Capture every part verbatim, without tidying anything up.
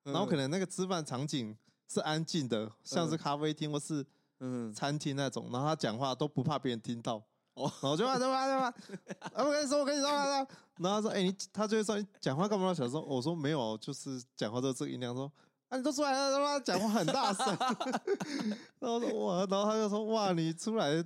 然后可能那个吃饭场景是安静的，像是咖啡厅或是餐厅那种，然后他讲话都不怕别人听到。哦，然后就骂，就骂，就骂。啊，我跟你说，我跟你说，然后他说，哎、欸，你，他就会说，你讲话干嘛那么小声？我说没有，就是讲话都这个音量。说，啊，你都出来了，他妈讲话很大声。然后说哇，然后他就说，哇，你出来。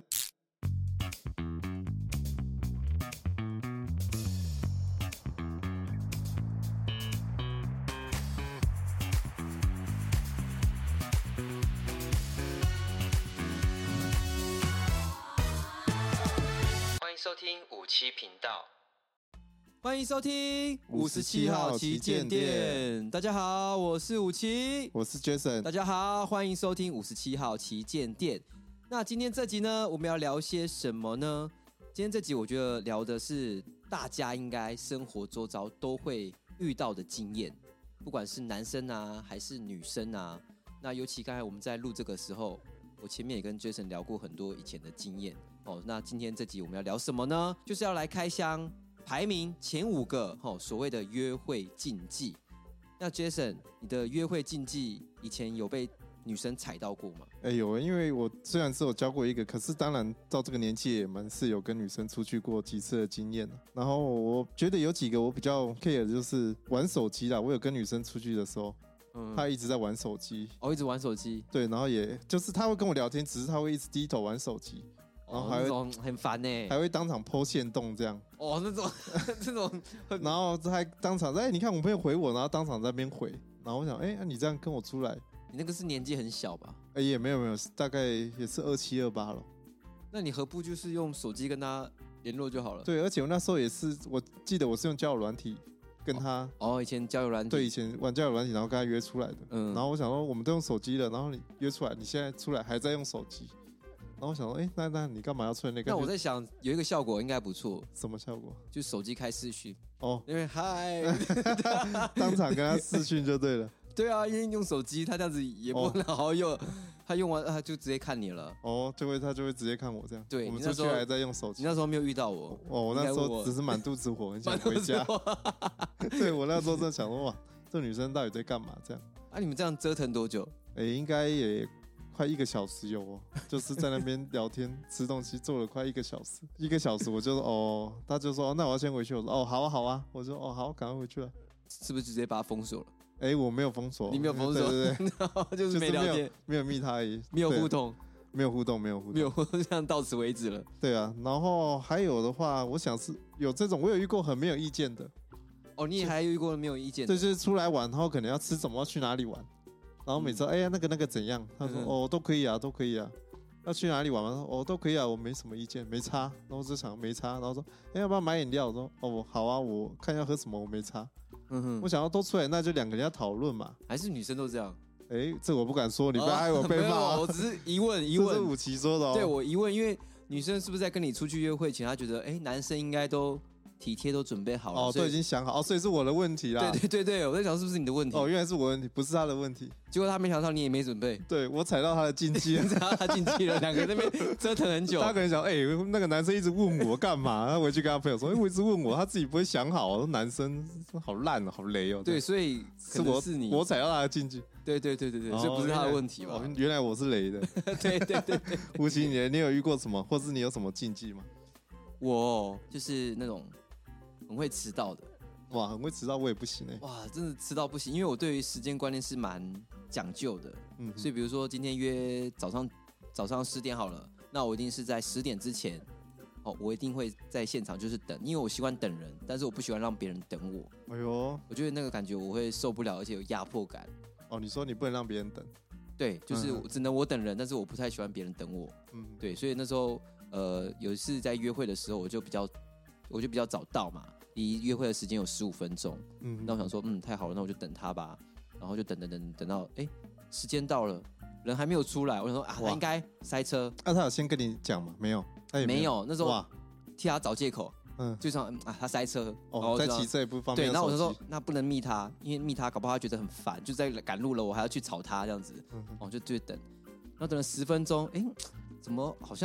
欢迎收听五七频道， 欢迎收听五十七号旗舰店。大家好，我是五七， 我是 Jason。 大家好，欢迎收听五十七号旗舰店。那今天这集呢，我们要聊些什么呢？今天这集我觉得聊的是大家应该生活周遭都会遇到的经验，不管是男生啊还是女生啊。那尤其刚才我们在录这个时候，我前面也跟 Jason 聊过很多以前的经验哦。那今天这集我们要聊什么呢？就是要来开箱排名前五个哦所谓的约会禁忌。那 Jason， 你的约会禁忌以前有被女生踩到过吗？ 哎、欸、有，因为我虽然是有教过一个，可是当然到这个年纪也蛮是有跟女生出去过几次的经验。然后我觉得有几个我比较 care 的就是玩手机啦。我有跟女生出去的时候。嗯、他一直在玩手机， 哦，一直玩手机， 对，然后也就是他会跟我聊天，只是他会一直低头玩手机，然后还会、 哦、那种很烦呢， 还会当场 po 限动这样， 哦，那种这种， 然后还当场哎、欸，你看我朋友回我，然后当场在那边回，然后我想哎、欸啊，你这样跟我出来， 你那个是年纪很小吧？ 哎、欸，也没有没有，大概也是二七二八了。 那你何不就是用手机跟他联络就好了？ 对，而且我那时候也是，我记得我是用交友软体。跟他哦, 哦，以前交友软体， 对，以前玩交友软体，然后跟他约出来的。嗯，然后我想说，我们都用手机了，然后你约出来，你现在出来还在用手机，然后我想说，哎、欸，那那你干嘛要出来那个？ 那我在想，有一个效果应该不错。 什么效果？ 就手机开视讯哦， 因为嗨， 当场跟他视讯就对了。 对啊，因为用手机，他这样子也不能好好用。哦他用完他就直接看你了， 哦，就会他就会直接看我这样。 对， 我们出去还在用手机。 你那时候没有遇到我， 哦，我那时候只是满肚子火，很想回家。对，我那时候真的想说，哇，这女生到底在干嘛这样？ 啊，你们这样折腾多久？ 哎、欸，应该也快一个小时有哦，就是在那边聊天吃东西，做了快一个小时。一个小时我就说哦，他就说、哦、那我要先回去。我说哦，好啊好啊，我说哦好，赶快回去了。 是不是直接把他封锁了？ 哎、欸，我没有封锁， 你没有封锁， 对对对， 就是没聊天， 没有密他而已， 没有互动， 没有互动，没有互动， 没有互动，这样到此为止了。 对啊，然后还有的话，我想是有这种，我有遇过很没有意见的。 哦，你也还遇过没有意见的？ 对，就是出来玩，然后可能要吃什么，要去哪里玩，然后每次哎呀、嗯欸、那个那个怎样？他说、嗯、哦都可以啊，都可以啊。要去哪里玩吗？他说哦都可以啊，我没什么意见，没差。然后就想没差，然后说哎、欸、要不要买饮料？我说哦好啊，我看要喝什么，我没差。嗯哼，我想要都出来，那就两个人要讨论嘛。 还是女生都这样？ 哎、欸，这我不敢说，你不要害我被骂、啊哦。我只是疑问疑问， 这是武奇说的哦。 对我疑问，因为女生是不是在跟你出去约会前，她觉得哎、欸、男生应该都体贴都准备好了， 哦，都已经想好，哦，所以是我的问题啦。 对对对对，我在想是不是你的问题？ 哦，原来是我的问题，不是他的问题。 结果他没想到你也没准备， 对我踩到他的禁忌了， 踩到他禁忌了，两个人在那边折腾很久。 他可能想，哎、欸，那个男生一直问我干嘛？他回去跟他朋友说，哎、欸，我一直问我，他自己不会想好。我说男生好烂哦，好雷哦。 对，所以是我是你，我踩到他的禁忌。 对对对对对，这、哦、不是他的问题吧、 哦？原来我是雷的。 对对对对， 吴奇，你你有遇过什么，或是你有什么禁忌吗？ 我就是那种很会迟到的。 哇，很会迟到，我也不行哎、欸。 哇，真的迟到不行，因为我对于时间观念是蛮讲究的。嗯，所以比如说今天约早上早上十点好了，那我一定是在十点之前，哦，我一定会在现场就是等，因为我习惯等人，但是我不喜欢让别人等我。哎呦，我觉得那个感觉我会受不了，而且有压迫感。 哦，你说你不能让别人等？ 对，就是只能我等人，但是我不太喜欢别人等我。嗯，对，所以那时候呃有一次在约会的时候，我就比较我就比较早到嘛。离约会的时间有十五分钟，嗯，那我想说，嗯，太好了，那我就等他吧，然后就等等等等到，哎，时间到了，人还没有出来，我想说啊，他应该塞车。 那、啊、他有先跟你讲吗？没有，他也没有， 没有，那时候哇，替他找借口，嗯，就想啊，他塞车， 哦，在骑车也不方便。 对，然后我就说，那不能密他，因为密他搞不好他觉得很烦，就在赶路了，我还要去吵他这样子，嗯，哦，就就等，然后等了十分钟，哎，怎么好像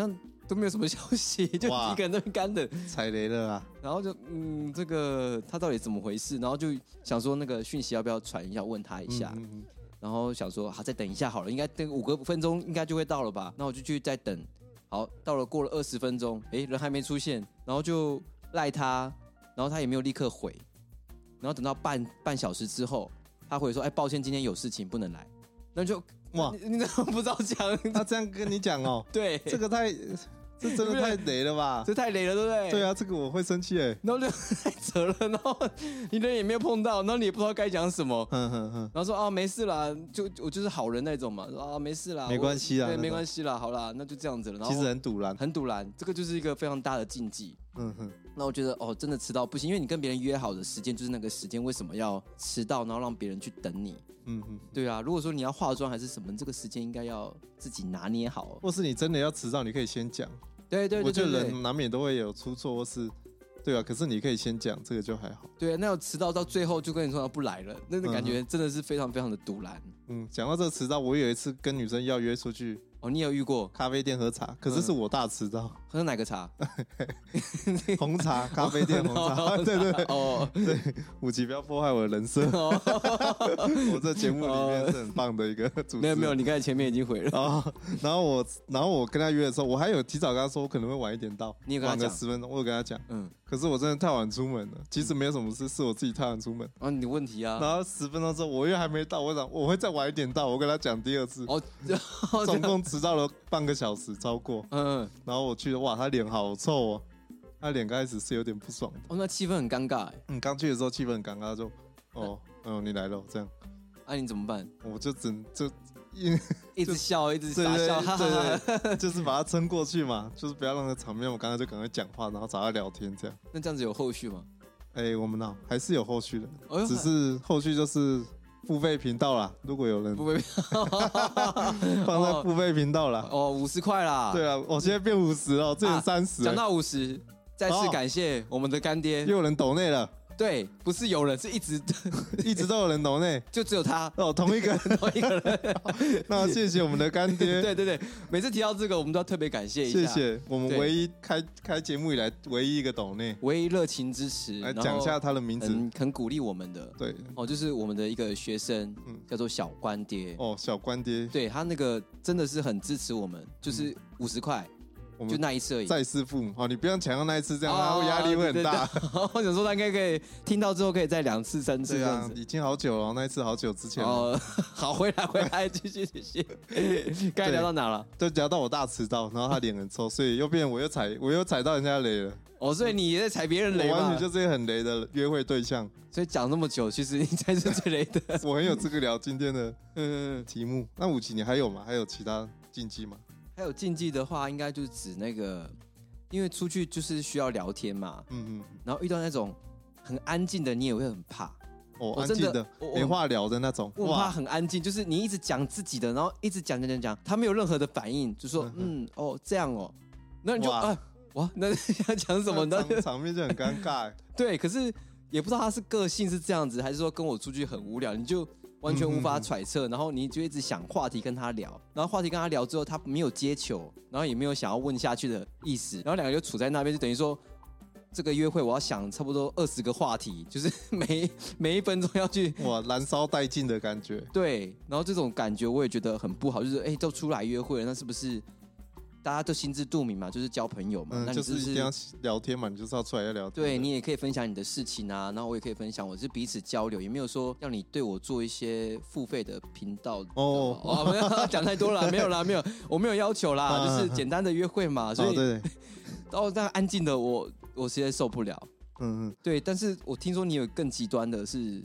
都没有什么消息，就一个人在那边干等， 踩雷了啊！ 然后就嗯，这个他到底怎么回事？然后就想说那个讯息要不要传一下，问他一下。嗯嗯嗯然后想说好，再等一下好了，应该等五个分钟应该就会到了吧？那我就去再等。好，到了过了二十分钟，哎，人还没出现，然后就赖他，然后他也没有立刻回，然后等到半半小时之后，他回说，哎，抱歉，今天有事情不能来。那就哇，你, 你怎么不早讲？ 他这样跟你讲哦？ 对， 这个太。这真的太雷了吧！ 这太雷了，对不对？ 对啊，这个我会生气哎。 然后就太扯了，然后你人也没有碰到，然后你也不知道该讲什么。嗯嗯嗯。然后说啊，没事啦，就我就是好人那种嘛。说啊，没事啦， 没关系啦， 对，没关系啦，好啦，那就这样子了。然后其实很堵拦， 很堵拦，这个就是一个非常大的禁忌。嗯哼。那我觉得哦，真的迟到不行，因为你跟别人约好的时间就是那个时间，为什么要迟到，然后让别人去等你？嗯嗯，对啊。如果说你要化妆还是什么，这个时间应该要自己拿捏好。 或是你真的要迟到，你可以先讲。 对 对, 对, 对, 对， 我觉得人难免都会有出错，或是对啊，可是你可以先讲，这个就还好。 对啊，那有迟到到最后就跟你说他不来了，那个感觉真的是非常非常的堵拦。 嗯，讲到这个迟到，我有一次跟女生要约出去。 哦，你有遇过咖啡店喝茶，可是是我大迟到。 喝哪个茶？ 红茶，咖啡店红茶。对对对，哦，对，武吉不要破坏我的人设。我这节目里面是很棒的一个主持人。 没有没有，你刚才前面已经毁了。 哦，然后我，然后我跟他约的时候，我还有提早跟他说，我可能会晚一点到。 你有跟他讲？ 晚个十分钟，我有跟他讲。嗯。可是我真的太晚出门了，其实没有什么事，是我自己太晚出门。 啊，你的问题啊。 然后十分钟之后，我又还没到，我想我会再晚一点到，我跟他讲第二次。哦，总共迟到了半个小时，超过。嗯。然后我去，哇，他脸好臭哦，他脸刚开始是有点不爽的。 哦，那气氛很尴尬哎。 嗯，刚去的时候气氛很尴尬，就哦，嗯，你来了这样。 那、啊、你怎么办？ 我就只就。 一直笑，一直傻笑， 对对对，就是把它撑过去嘛，就是不要让那场面。我刚才就赶快讲话，然后找他聊天，这样。 那这样子有后续吗？ 哎、欸，我们呢还是有后续的，哦、只是后续就是付费频道啦。如果有人付费频道放在付费频道啦， 哦，五十块啦。 对啊，我现在变五十了，之前三十。 讲到五十，再次感谢我们的干爹， 又有人抖内了。 对，不是有人，是一直一直都有人抖内， 就只有他哦，同一个人， 同一个人。 那谢谢我们的干爹。 对对对，每次提到这个，我们都要特别感谢一下。 谢谢我们唯一开开节目以来唯一一个抖内， 唯一热情支持， 来讲一下他的名字， 很很鼓励我们的。 对， 哦，就是我们的一个学生，嗯，叫做小官爹。 哦，小官爹， 对他那个真的是很支持我们，就是五十块。就那一次而已， 再次付哦，你不要强调那一次，这样他会压力会很大。 我想说他应该可以听到之后可以再两次、三次这样子。 已经好久了，那一次好久之前了。哦， 好，回来回来，继续继续。刚才聊到哪了？ 就聊到我大迟到，然后他脸很臭，所以又变我又踩我又踩到人家雷了。 哦，所以你也在踩别人雷吗？ 我完全就是一个很雷的约会对象。 所以讲那么久，其实你才是最雷的。 我很有资格聊今天的嗯题目。那武奇你还有吗？还有其他禁忌吗？ 还有禁忌的话，应该就是指那个。因为出去就是需要聊天嘛，嗯嗯，然后遇到那种很安静的，你也会很怕。 哦，安静的没话聊的那种， 我怕很安静，就是你一直讲自己的，然后一直讲讲讲讲，他没有任何的反应，就说嗯, 嗯哦这样哦，那你就啊哇，那要讲什么呢？ 场, 场面就很尴尬。 对，可是也不知道他是个性是这样子，还是说跟我出去很无聊，你就。完全无法揣测，然后你就一直想话题跟他聊，然后话题跟他聊之后，他没有接球，然后也没有想要问下去的意思，然后两个就处在那边，就等于说这个约会我要想差不多二十个话题，就是每每一分钟要去哇燃烧殆尽的感觉。 对，然后这种感觉我也觉得很不好，就是哎都出来约会了，那是不是？大家都心知肚明嘛，就是交朋友嘛， 嗯、 那你是不是、就是一定要聊天嘛，你就是要出来要聊天。 对，你也可以分享你的事情啊，然后我也可以分享，我是彼此交流，也没有说要你对我做一些付费的频道哦。哦，没有讲太多了，没有啦，没有，我没有要求啦，就是简单的约会嘛，所以，哦、对，然后但安静的我，我实在受不了。嗯嗯，对，但是我听说你有更极端的是。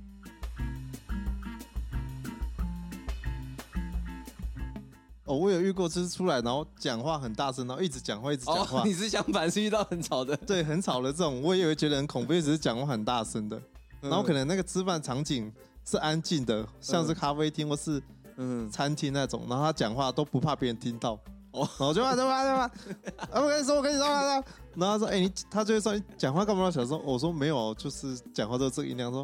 哦，我有遇过，就是出来然后讲话很大声，然后一直讲话，一直讲话。 哦、你是相反，是遇到很吵的。 对，很吵的这种，我也会觉得很恐怖，只是讲话很大声的。嗯、然后可能那个吃饭场景是安静的，像是咖啡厅或是嗯餐厅那种，然后他讲话都不怕别人听到。哦，然后就骂就骂就骂，啊！我跟你说，我跟你说，然后他说，哎、欸，你他就会说你讲话干嘛小声？我说没有，就是讲话都是这个音量。说，啊，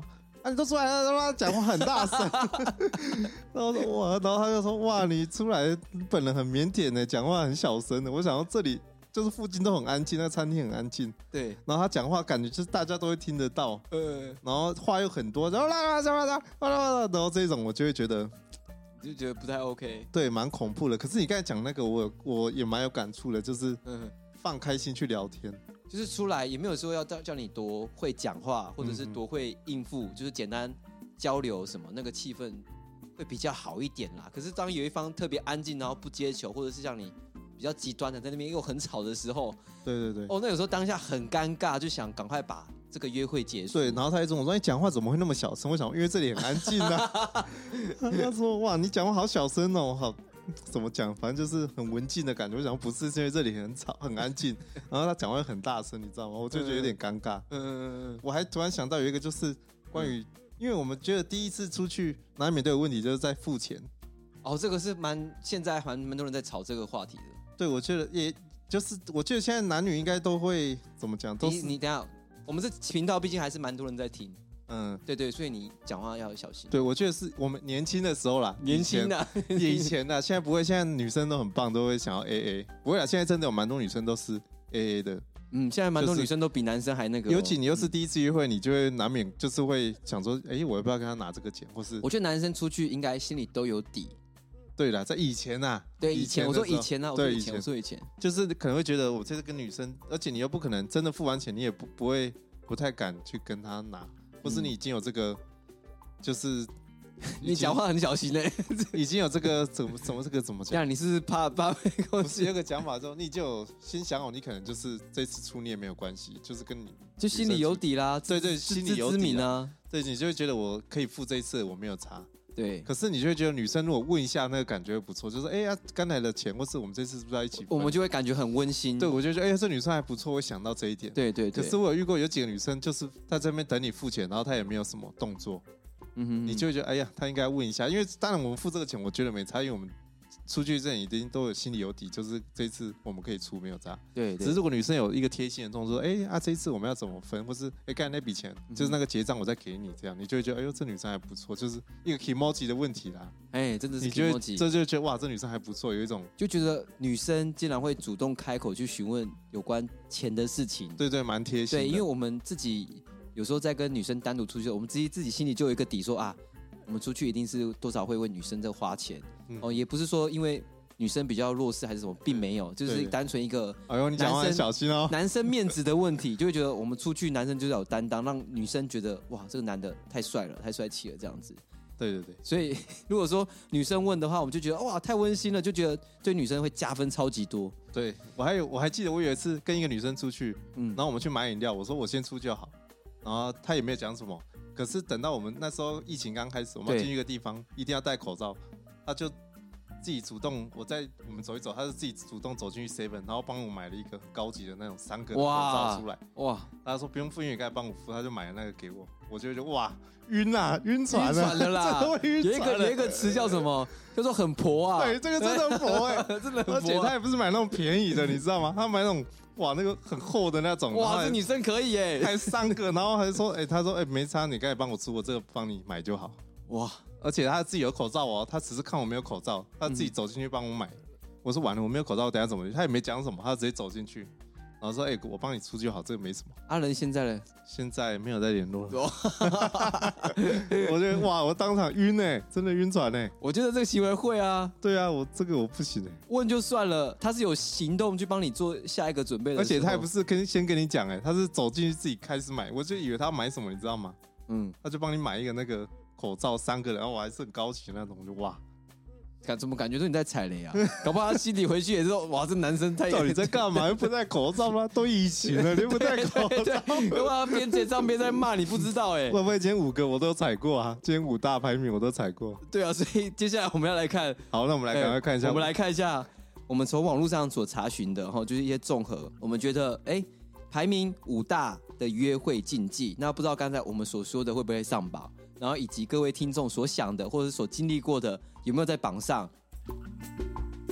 啊，你都出来了，他妈讲话很大声。然后说哇，然后他就说哇，你出来本人很腼腆的，讲话很小声的。我想到这里就是附近都很安静，那餐厅很安静。 对， 然后他讲话感觉就是大家都会听得到，呃，然后话又很多，然后啦啦啦啦啦啦，然后这种我就会觉得。 就觉得不太 OK， 对，蛮恐怖的。可是你刚才讲那个我，我我也蛮有感触的，就是放开心去聊天， 就是出来也没有说要叫叫你多会讲话，或者是多会应付，嗯、就是简单交流什么，那个气氛会比较好一点啦。可是当有一方特别安静，然后不接球，或者是像你比较极端的在那边又很吵的时候， 对对对， 哦，那有时候当下很尴尬，就想赶快把这个约会结束。 对，然后他一种我说你讲话怎么会那么小声？我想因为这里很安静啊。他说哇，你讲话好小声哦，好怎么讲？反正就是很文静的感觉。我想不是，是因为这里很吵很安静，然后他讲话很大声，你知道吗？我就觉得有点尴尬。嗯嗯嗯。我还突然想到有一个就是关于，因为我们觉得第一次出去难免都有问题，就是在付钱。 哦，这个是蛮现在还蛮多人在吵这个话题的。 对，我觉得也就是我觉得现在男女应该都会怎么讲？都是你你等一下。我们这频道毕竟还是蛮多人在听，嗯，对对，所以你讲话要小心。 对，我觉得是我们年轻的时候啦， 年轻的， 以前的，现在不会，现在女生都很棒，都会想要 A A。不会啦，现在真的有蛮多女生都是 A A 的。 嗯，现在蛮多女生都比男生还那个、哦。 尤其你又是第一次约会，你就会难免就是会想说，哎、欸，我要不要跟他拿这个钱，或是？ 我觉得男生出去应该心里都有底。 对啦，在以前呐、啊， 对以前，我说以前呐、啊，我说以前，我说以前， 就是可能会觉得我这次跟女生，而且你又不可能真的付完钱，你也不不会。不太敢去跟他拿，或是你已经有这个，嗯、就是你讲话很小心嘞、欸， 已经有这个怎么怎么这个怎么讲？ 你是不是怕怕被攻击？ 不是有个讲法之后，你已经有先想好，你可能就是这次出你也没有关系，就是跟你就心里有底啦， 对对，心里有底啊， 对，你就会觉得我可以付这一次，我没有差。 对， 可是你就会觉得女生如果问一下，那个感觉会不错，就是哎呀，刚来的钱，或是我们这次是不是要一起分？ 我们就会感觉很温馨。 对，我就觉得哎呀，这女生还不错，我想到这一点。 对对对。 可是我有遇过有几个女生，就是在这边等你付钱，然后她也没有什么动作，嗯哼，你就会觉得哎呀，她应该问一下，因为当然我们付这个钱，我觉得没差，因为我们出去这已经都有心里有底，就是这一次我们可以出没有差。 对， 只是如果女生有一个贴心的动作，哎啊，这一次我们要怎么分，或是哎，刚才那笔钱就是那个结账我再给你，这样你就会觉得哎呦，这女生还不错，就是一个 emoji 的问题啦。 哎，真的是 emoji， 这就觉得哇，这女生还不错，有一种就觉得女生竟然会主动开口去询问有关钱的事情。 对对，蛮贴心的。 对，因为我们自己有时候在跟女生单独出去，我们自己自己心里就有一个底说，说啊，我们出去一定是多少会为女生在花钱、嗯、哦，也不是说因为女生比较弱势还是什么，并没有，就是单纯一个哎呦，你讲话很小心哦， 男生面子的问题，就会觉得我们出去男生就是要有担当，让女生觉得哇，这个男的太帅了，太帅气了这样子。 对对对， 所以如果说女生问的话，我们就觉得哇，太温馨了，就觉得对女生会加分超级多。 对，我还有我还记得我有一次跟一个女生出去，嗯，然后我们去买饮料，我说我先出就好，然后她也没有讲什么。可是等到我们那时候疫情刚开始，我们要进一个地方一定要戴口罩，她就自己主动，我在我们走一走，她就自己主动走进去 seven， 然后帮我买了一个高级的那种三个口罩出来。哇！她说不用付，因为你刚才帮我付，她就买了那个给我，我就觉得哇。晕啊，晕船了， 了啦！ 晕有一个有一个词叫什么？叫做很婆啊！ 对，这个真的很婆哎、欸， 真的很婆、啊。 而且他也不是买那种便宜的，你知道吗？他买那种哇，那个很厚的那种。 哇，这女生可以哎、欸， 还三个，然后还说哎、欸，他说哎、欸、没差，你刚才帮我出，我这个帮你买就好。哇！而且他自己有口罩哦，他只是看我没有口罩，他自己走进去帮我买。嗯、我说完了，我没有口罩，我等一下怎么？他也没讲什么，他直接走进去。然后说：“哎、欸，我帮你出就好，这个没什么。” 阿仁现在呢？ 现在没有再联络了。我觉得哇，我当场晕哎、欸，真的晕船哎、欸。 我觉得这个行为会啊。 对啊，我这个我不行哎、欸。 问就算了，他是有行动去帮你做下一个准备的。 而且他也不是跟先跟你讲哎、欸，他是走进去自己开始买，我就以为他要买什么，你知道吗？嗯，他就帮你买一个那个口罩三个人，然后我还是很高级那种，就哇。 感怎么感觉说你在踩雷啊？搞不好他心里回去也是说，哇，这男生太…… 到底在干嘛？又不戴口罩吗？都疫情了，你又不戴口罩， 搞不好边结账边在骂你，不知道哎、欸。 会不会今天五个我都踩过啊？今天五大排名我都踩过。 对啊，所以接下来我们要来看， 好，那我们来赶快看一下、 欸，我们来看一下，我们从网络上所查询的哈，就是一些综合，我们觉得哎、欸，排名五大的约会禁忌，那不知道刚才我们所说的会不会上榜？然后以及各位听众所想的或者所经历过的，有没有在榜上？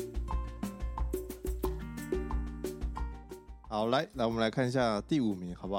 好，来来，我们来看一下第五名，好不好？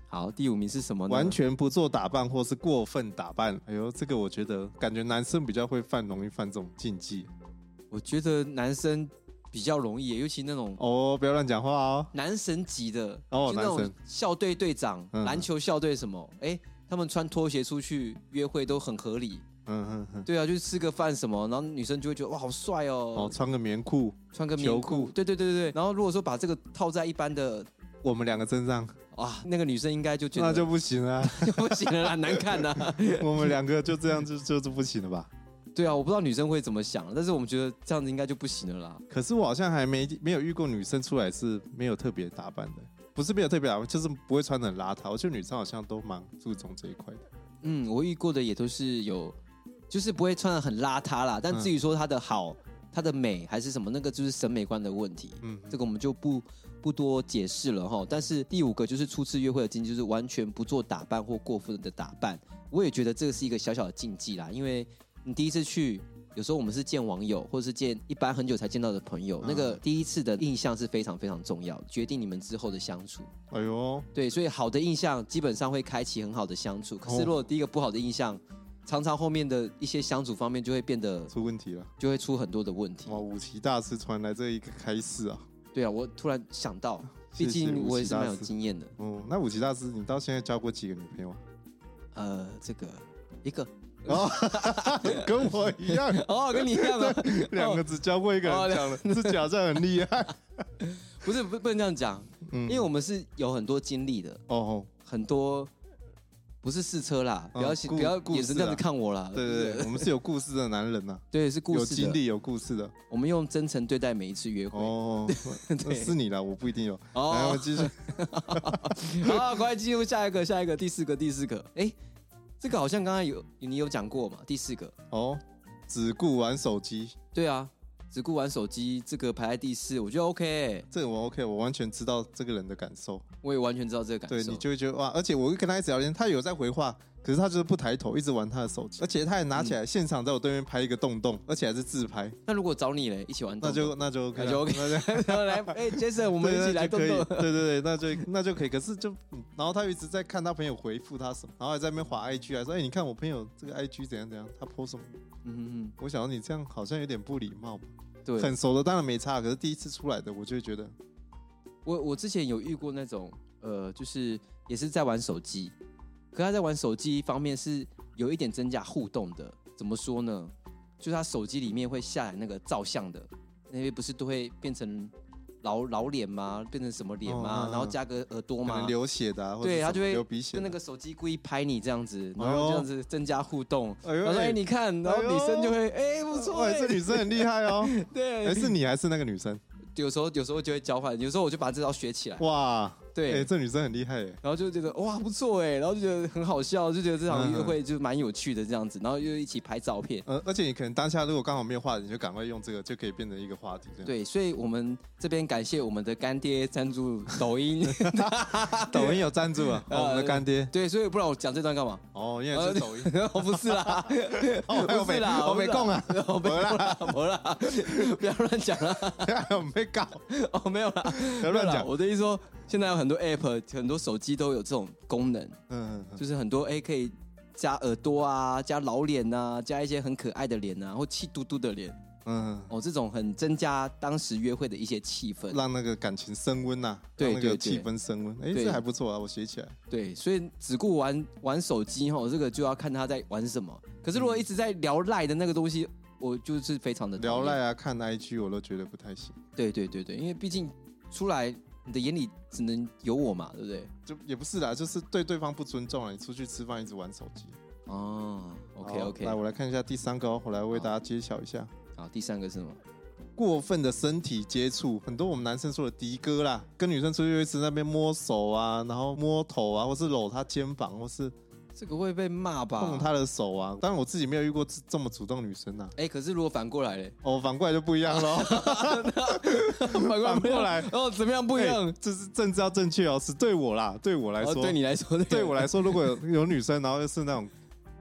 好，第五名是什么呢？ 完全不做打扮或是过分打扮。哎呦，这个我觉得感觉男生比较会犯，容易犯这种禁忌。 我觉得男生比较容易，尤其那种哦，不要乱讲话哦。 男神级的哦， 就那种校队队长、嗯、篮球校队什么，哎，他们穿拖鞋出去约会都很合理。嗯嗯嗯，对啊，就吃个饭什么，然后女生就会觉得哇好帅哦。 哦，穿个棉裤， 穿个棉裤，对对对对对。然后如果说把这个套在一般的我们两个身上， 哇，那个女生应该就觉得那就不行了， 就不行了啦，难看啦。 我们两个就这样就就是不行了吧？ 对啊，我不知道女生会怎么想，但是我们觉得这样子应该就不行了啦。 可是我好像还没没有遇过女生出来是没有特别打扮的，不是没有特别打扮，就是不会穿得很邋遢。我觉得女生好像都蛮注重这一块的。 嗯，我遇过的也都是有。就是不会穿得很邋遢啦，但至于说它的好、它的美还是什么，那个就是审美观的问题。嗯，这个我们就不不多解释了哈。但是第五个就是初次约会的禁忌，就是完全不做打扮或过分的打扮。我也觉得这个是一个小小的禁忌啦，因为你第一次去，有时候我们是见网友，或是见一般很久才见到的朋友，嗯、那个第一次的印象是非常非常重要，决定你们之后的相处。 哎呦， 对，所以好的印象基本上会开启很好的相处。可是如果第一个不好的印象，常常后面的一些相处方面就会变得出问题了， 就会出很多的问题。 哇，五期大师传来这一个开示啊！ 对啊，我突然想到，毕竟我也是蛮有经验的。 哦、嗯，那五期大师，你到现在交过几个女朋友啊？ 呃，这个一个。 哦，跟我一样哦，跟你一样啊， 两个只交过一个人讲了，是假象很厉害。 不是不不能这样讲，嗯，因为我们是有很多经历的哦，很多。不是试车啦，不要、嗯、不要眼神这样子看我啦。 对对对，我们是有故事的男人呐。 对，是故事的， 有经历有故事的。 我们用真诚对待每一次约会。哦， 对，是你啦，我不一定有。哦，来，我们继续。 好，快进入下一个，下一个，第四个，第四个。哎，这个好像刚刚有你有讲过嘛？第四个。 哦，只顾玩手机。 对啊。只顾玩手机，这个排在第四，我觉得 OK，、欸、 这个我 OK， 我完全知道这个人的感受， 我也完全知道这个感受。 对，你就会觉得哇，而且我跟他一直聊天，他有在回话，可是他就是不抬头，一直玩他的手机，而且他也拿起来、嗯、现场在我对面拍一个洞洞，而且还是自拍。 那如果找你嘞，一起玩洞洞， 那就那就 OK， 那就 OK， 那就来，哎 ，Jason， 我们一起来洞洞。 对对对，那就那就可以。可是就，然后他一直在看他朋友回复他什么，然后还在那边滑 I G， 还说，哎、欸，你看我朋友这个 I G 怎样怎样，他 po 什么？嗯嗯嗯，我想到你这样好像有点不礼貌。对，很熟的当然没差，可是第一次出来的，我就会觉得， 我我之前有遇过那种，呃，就是也是在玩手机，可他在玩手机方面是有一点增加互动的。怎么说呢？就是他手机里面会下载那个照相的，那些不是都会变成老老脸吗？变成什么脸吗？哦、然后加个耳朵吗？ 流血的、啊， 对，他就会流鼻血， 跟那个手机故意拍你这样子，然后这样子增加互动。哎呦，然后哎、欸、你看，然后女生就会哎、欸、不错、欸， 哎这女生很厉害哦。 对， 哎、欸、是你还是那个女生？ 有时候有时候就会交换，有时候我就把这招学起来。 哇， 对， 哎、欸、这女生很厉害哎。 然后就觉得哇不错哎，然后就觉得很好笑，就觉得这场约会就蛮有趣的这样子，然后又一起拍照片。 呃，而且你可能当下如果刚好没有话题，你就赶快用这个，就可以变成一个话题。 对，所以我们这边感谢我们的干爹赞助抖音， 抖音有赞助啊，哦、我们的干爹。 对，所以不然我讲这段干嘛？ 哦，因为是抖音。 我不是啦， 我不是啦，我没空啊， 我没啦，没啦，不要乱讲了， 我没搞。 哦，没有啦， 不要乱讲。 我的意思说，现在有很多 app， 很多手机都有这种功能，嗯，就是很多 A 可以加耳朵啊，加老脸啊，加一些很可爱的脸啊，或气嘟嘟的脸，嗯，哦，这种很增加当时约会的一些气氛， 让那个感情升温呐，对，让那个气氛升温。哎，这还不错啊，我写起来。 对，所以只顾玩玩手机哈，这个就要看他在玩什么。可是如果一直在聊赖的那个东西，我就是非常的聊赖啊，看 I G 我都觉得不太行。 对对对对，因为毕竟出来你的眼里只能有我嘛，对不对？ 就也不是啦，就是对对方不尊重了。你出去吃饭一直玩手机。 哦 ，OK OK， 来我来看一下第三个哦，我来为大家揭晓一下。 好，第三个是什么？ 过分的身体接触，很多我们男生说的的哥啦，跟女生出去一直在那边摸手啊，然后摸头啊，或是搂她肩膀，或是。 这个会被骂吧？ 碰她的手啊！当然我自己没有遇过这么主动的女生啊。 哎、欸，可是如果反过来嘞？ 哦，反过来就不一样喽。 反过来过来哦，怎么样不一样？ 欸、这是政治要正确哦，是对我啦，对我来说，哦、 对你来说， 对, 对我来说，如果有有女生，然后又是那种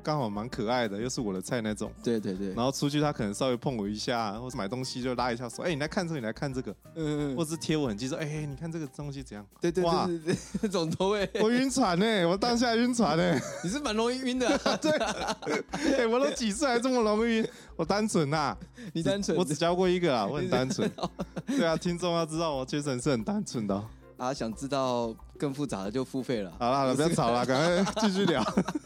刚好蛮可爱的，又是我的菜那种。 对对对。 然后出去他可能稍微碰我一下，或是买东西就拉一下说：“哎、欸，你来看这个，你来看这个。”嗯，或是贴我很近说：“哎、欸，你看这个东西怎样？” 对对对对对，那种都会。 我晕船呢、欸，我当下晕船呢、欸。 你是蛮容易晕的、啊。 对，哎、欸，我都几岁还这么容易晕？我单纯呐、啊， 你单纯， 我只交过一个啊，我很单纯。对啊，听众要知道我确实是很单纯的、哦。 啊，想知道更复杂的就付费了。 好了好了，不要吵了，赶快继续聊。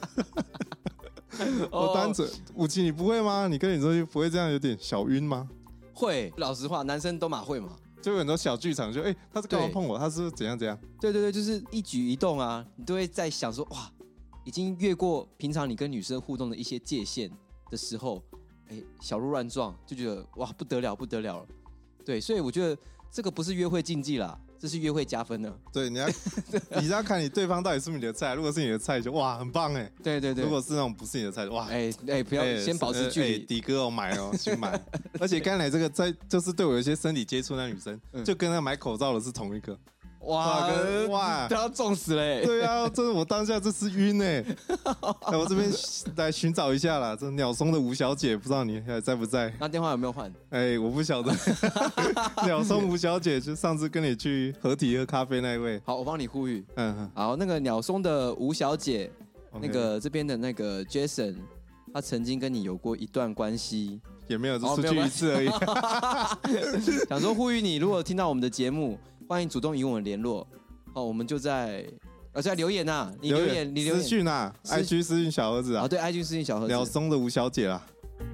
我单纯，武奇你不会吗？你跟你说不会这样有点小晕吗？ 会，老实话，男生都蛮会嘛。 就有很多小剧场，就哎、欸，他是干嘛碰我？他是怎样怎样？ 对对对，就是一举一动啊，你都会在想说，哇，已经越过平常你跟女生互动的一些界限的时候，哎、欸，小鹿乱撞，就觉得哇不得了不得了了。对，所以我觉得这个不是约会禁忌啦。这是约会加分的， 对，你要你要看你对方到底是不是你的菜，如果是你的菜就哇很棒哎， 对对对， 如果是那种不是你的菜就哇哎哎、欸欸、不要、欸、先保持距离， 欸、迪哥哦买哦去买，而且刚才这个在就是对我有些身体接触那女生，嗯、就跟那买口罩的是同一个。 哇跟哇，都要撞死嘞、欸！ 对啊，这是我当下这是晕哎、欸，我这边来寻找一下啦，这鸟松的吴小姐，不知道你还在不在？ 那电话有没有换？ 哎、欸，我不晓得。鸟松吴小姐，就上次跟你去合体喝咖啡那一位。 好，我帮你呼吁。 嗯，嗯好，那个鸟松的吴小姐， okay. 那个这边的那个 Jason， 他曾经跟你有过一段关系， 也没有，就出去一次而已。 想說呼籲你，如果聽到我們的節目，歡迎主動與我們聯絡。哦，我們就在，呃、啊，在留言呐、啊，你留言，你留言私訊啊 ，I G 私訊小盒子啊， 啊，對 ，I G 私訊小盒子， 鳥松的吳小姐啦。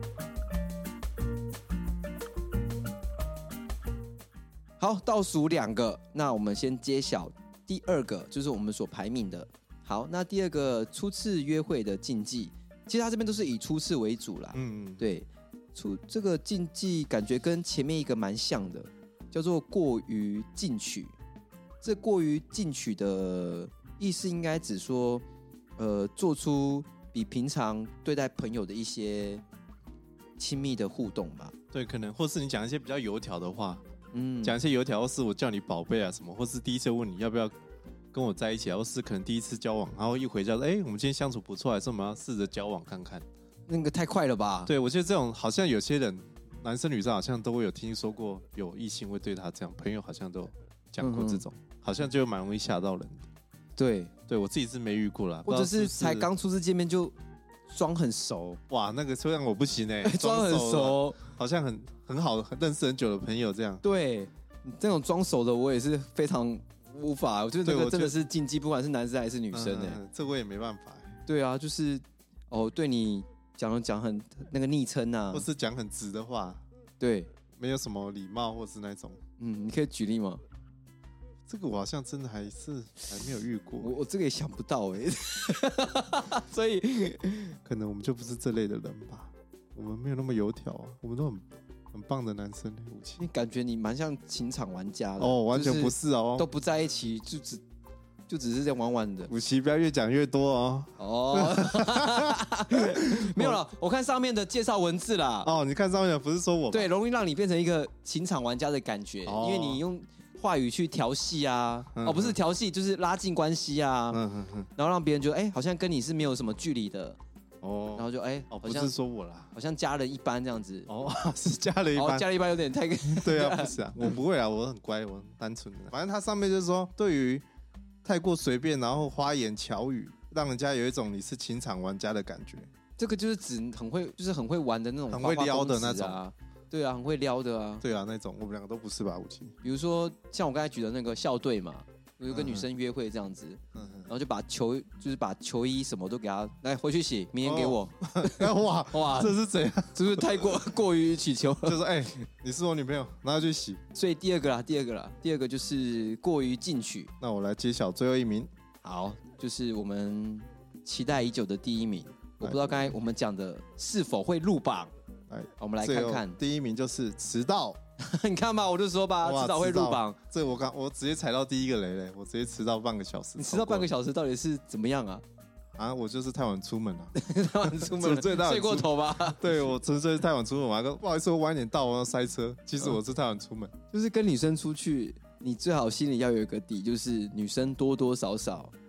好，倒數兩個，那我們先揭曉第二個，就是我們所排名的。好，那第二個初次約會的禁忌，其實它這邊都是以初次為主啦。嗯，對，初這個禁忌感覺跟前面一個蠻像的，叫做過於進取。這過於進取的意思應該指說，呃，做出比平常對待朋友的一些親密的互動吧。 對，可能或是你講一些比較油條的話， 嗯， 講一些油條，或是我叫你寶貝啊什麼，或是第一次問你要不要跟我在一起，或是可能第一次交往，然後一回家說，哎，我們今天相處不錯，還是我們要試着交往看看？ 那個太快了吧？ 對，我覺得這種好像有些人，男生女生好像都會有聽說過，有異性會對他這樣，朋友好像都有講過這種。嗯，好像就蠻容易嚇到人的。 對， 對我自己是沒遇過啦， 或者是才剛初次見面就裝很熟。 哇，那個雖然我不行哎、欸， 裝很熟， 好像很很好很認識很久的朋友這樣。 對，這種裝熟的我也是非常無法，我覺得這個真的是禁忌，不管是男生還是女生哎、欸嗯， 這我也沒辦法、欸。 對啊，就是哦，對你講講很那個昵稱啊， 或是講很直的話， 對， 沒有什麼禮貌或是那種。 嗯，你可以舉例嗎？ 這個我好像真的還是還沒有遇過， 我我這個也想不到哎、欸，所以可能我們就不是這類的人吧，我們沒有那麼油條啊，我們都很很棒的男生。武奇， 你感覺你蠻像情場玩家的哦，完全不是哦， 都不在一起，就只就只是在玩玩的。 武奇不要越講越多哦。哦， 沒有了，我看上面的介紹文字啦。 哦，你看上面的不是說我對，容易讓你變成一個情場玩家的感覺，哦、因為你用話語去調戲啊，嗯、哦，不是調戲，就是拉近關係啊，嗯嗯嗯，然後讓別人覺得，哎、欸，好像跟你是沒有什麼距離的，哦，然後就哎、欸， 哦，不是說我啦， 好像家人一般這樣子， 哦，是家人一般， 哦、家人一般有點太， 對啊，不是啊，我不會啊，我很乖，我很單純的，反正它上面就是說，對於太過隨便，然後花言巧語，讓人家有一種你是情場玩家的感覺， 這個就是指很會，就是很會玩的那種花花、啊， 很會撩的那種。 對啊，很會撩的啊。 對啊，那種我們兩個都不是吧？武奇。 比如說像我剛才舉的那個校隊嘛，有跟女生約會這樣子，嗯、然後就把球，就是把球衣什麼都給他，來回去洗，明天給我。 哦、哇哇，這是怎樣？ 是不是太過過於乞求？ 就是哎、欸，你是我女朋友，拿去洗。 所以第二個啦，第二個啦，第二個就是過於進取。 那我來揭曉最後一名。 好，就是我們期待已久的第一名。我不知道剛才我們講的是否會入榜。來，我們來看看， 第一名就是遲到。 你看吧，我就說吧，遲早會入榜。 這我剛我直接踩到第一個雷嘞，我直接遲到半個小時。 你遲到半個小時到底是怎麼樣啊？ 啊，我就是太晚出門了， 太晚出門了，睡過頭吧？對， 我純粹是太晚出門嘛，不好意思，我晚一點到，我要塞車。其實我是太晚出門， 嗯、就是跟女生出去，你最好心裡要有一個底，就是女生多多少少一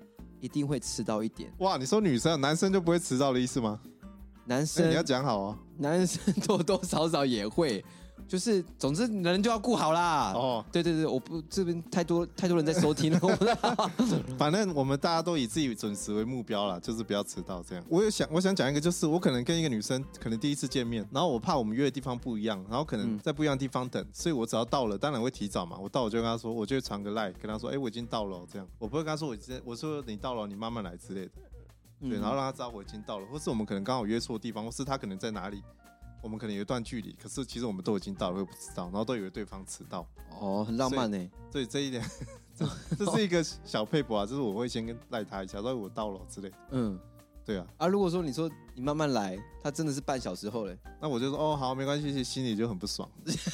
一定会迟到一点。 哇，你说女生男生就不会迟到的意思吗？ 男生、 欸、你要讲好啊， 男生多多少少也会。就是，总之人就要顾好啦。哦，对对对，我不这边太多太多人在收听了，我不知道。 反正我们大家都以自己准时为目标啦，就是不要迟到这样。我有想，我想讲一个，就是我可能跟一个女生可能第一次见面，然后我怕我们约的地方不一样，然后可能在不一样的地方等，嗯、所以我只要到了，当然会提早嘛。我到我就跟她说，我就会传个 line 跟她说，哎、欸，我已经到了，这样。我不会跟她说我我说你到了，你慢慢来之类的。对，然后让她知道我已经到了，或是我们可能刚好约错地方，或是她可能在哪里。我们可能有一段距离，可是其实我们都已经到了，会不知道，然后都以为对方迟到。 哦，很浪漫呢。 所以这一点，这这是一个小配博啊，就是我会先跟赖他一下，说我到了之类的。嗯，对啊。 啊，如果说你说你慢慢来，他真的是半小时后嘞， 那我就说哦好，没关系，心里就很不爽。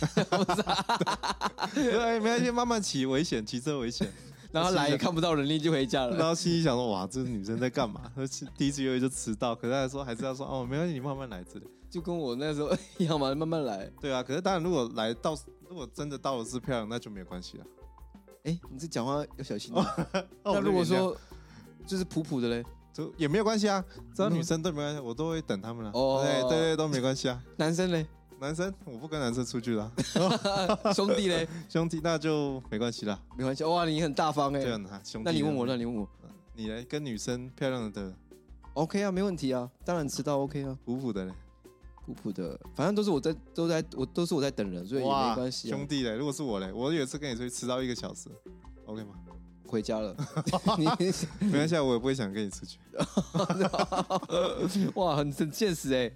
对，没关系，慢慢骑，危险，骑车危险。 然后来也看不到人力就回家了， 然后心里想说哇，这女生在干嘛？第一次约会就迟到，可是还说还是要说哦，没关系，你慢慢来之类的。 就跟我那时候一样嘛，慢慢来。 对啊，可是当然，如果来到，如果真的到的是漂亮，那就没有关系了。 哎、欸，你这讲话要小心、啊。那如果说就是普普的嘞， 就也没有关系啊，只要女生都没关系，我都会等他们了。哦，对对对，都没关系啊。 男生嘞？ 男生我不跟男生出去了。 兄弟嘞？ 兄弟那就没关系啦， 没关系。哇，你很大方哎、欸。 对啊，兄弟。 那你问我，那你问我， 你来跟女生漂亮的 ，OK 啊，没问题啊，当然迟到 OK 啊， 普普的嘞。 普普的，反正都是我在，都在我都是我在等人，所以也没关系、啊。 兄弟嘞，如果是我嘞，我有一次跟你出去迟到一个小时 ，OK 吗？ 回家了， 没关系，我也不会想跟你出去。 哇，很很现实哎。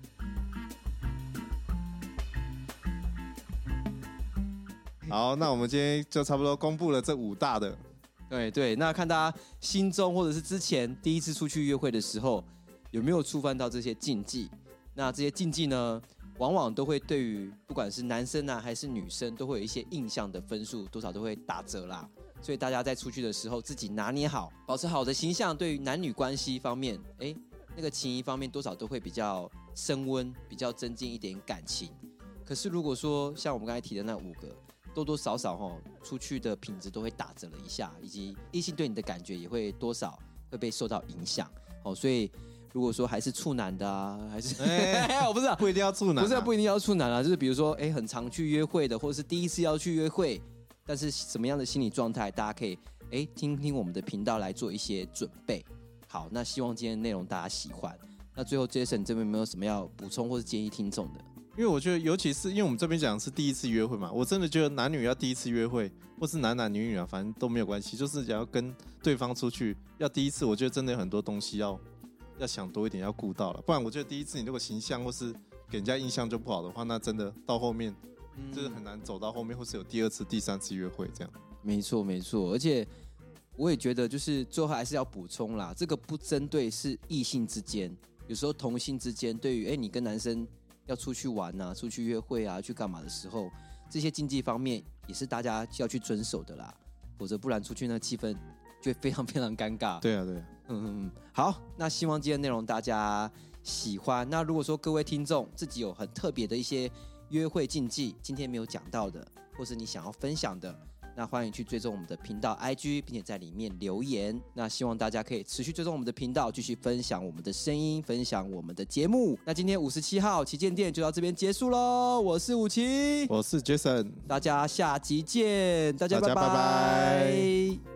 好，那我们今天就差不多公布了这五大的。 对对，那看大家心中或者是之前第一次出去约会的时候，有没有触犯到这些禁忌？那这些禁忌呢，往往都会对于不管是男生啊还是女生，都会有一些印象的分数，多少都会打折啦。所以大家在出去的时候，自己拿捏好，保持好的形象，对于男女关系方面，哎，那个情谊方面，多少都会比较升温，比较增进一点感情。可是如果说像我们刚才提的那五个，多多少少哈，出去的品质都会打折了一下，以及异性对你的感觉也会多少会被受到影响。哦，所以。如果说还是处男的啊，还是哎，我不知道， 不一定要处男、啊， 不是不一定要处男啊，就是比如说，哎，很常去约会的，或者是第一次要去约会，但是什么样的心理状态，大家可以哎听听我们的频道来做一些准备。好，那希望今天的内容大家喜欢。那最后 Jason 这边有没有什么要补充或是建议听众的？ 因为我觉得，尤其是因为我们这边讲的是第一次约会嘛，我真的觉得男女要第一次约会，或是男男女女啊，反正都没有关系，就是只要跟对方出去要第一次，我觉得真的有很多东西要。要想多一点，要顾到了，不然我觉得第一次你如果形象或是给人家印象就不好的话，那真的到后面、嗯、就是很难走到后面，或是有第二次、第三次约会这样。 没错，没错，而且我也觉得就是最后还是要补充啦，这个不针对是异性之间，有时候同性之间，对于哎你跟男生要出去玩啊、出去约会啊、去干嘛的时候，这些禁忌方面也是大家要去遵守的啦，否则不然出去那气氛就会非常非常尴尬。 对啊，对啊。 嗯嗯，好，那希望今天的内容大家喜欢。那如果说各位听众自己有很特别的一些约会禁忌，今天没有讲到的，或是你想要分享的，那欢迎去追踪我们的频道 I G， 并且在里面留言。那希望大家可以持续追踪我们的频道，继续分享我们的声音，分享我们的节目。那今天五十七号旗舰店就到这边结束喽。我是五七， 我是 Jason， 大家下集见，大家拜拜。 大家拜拜。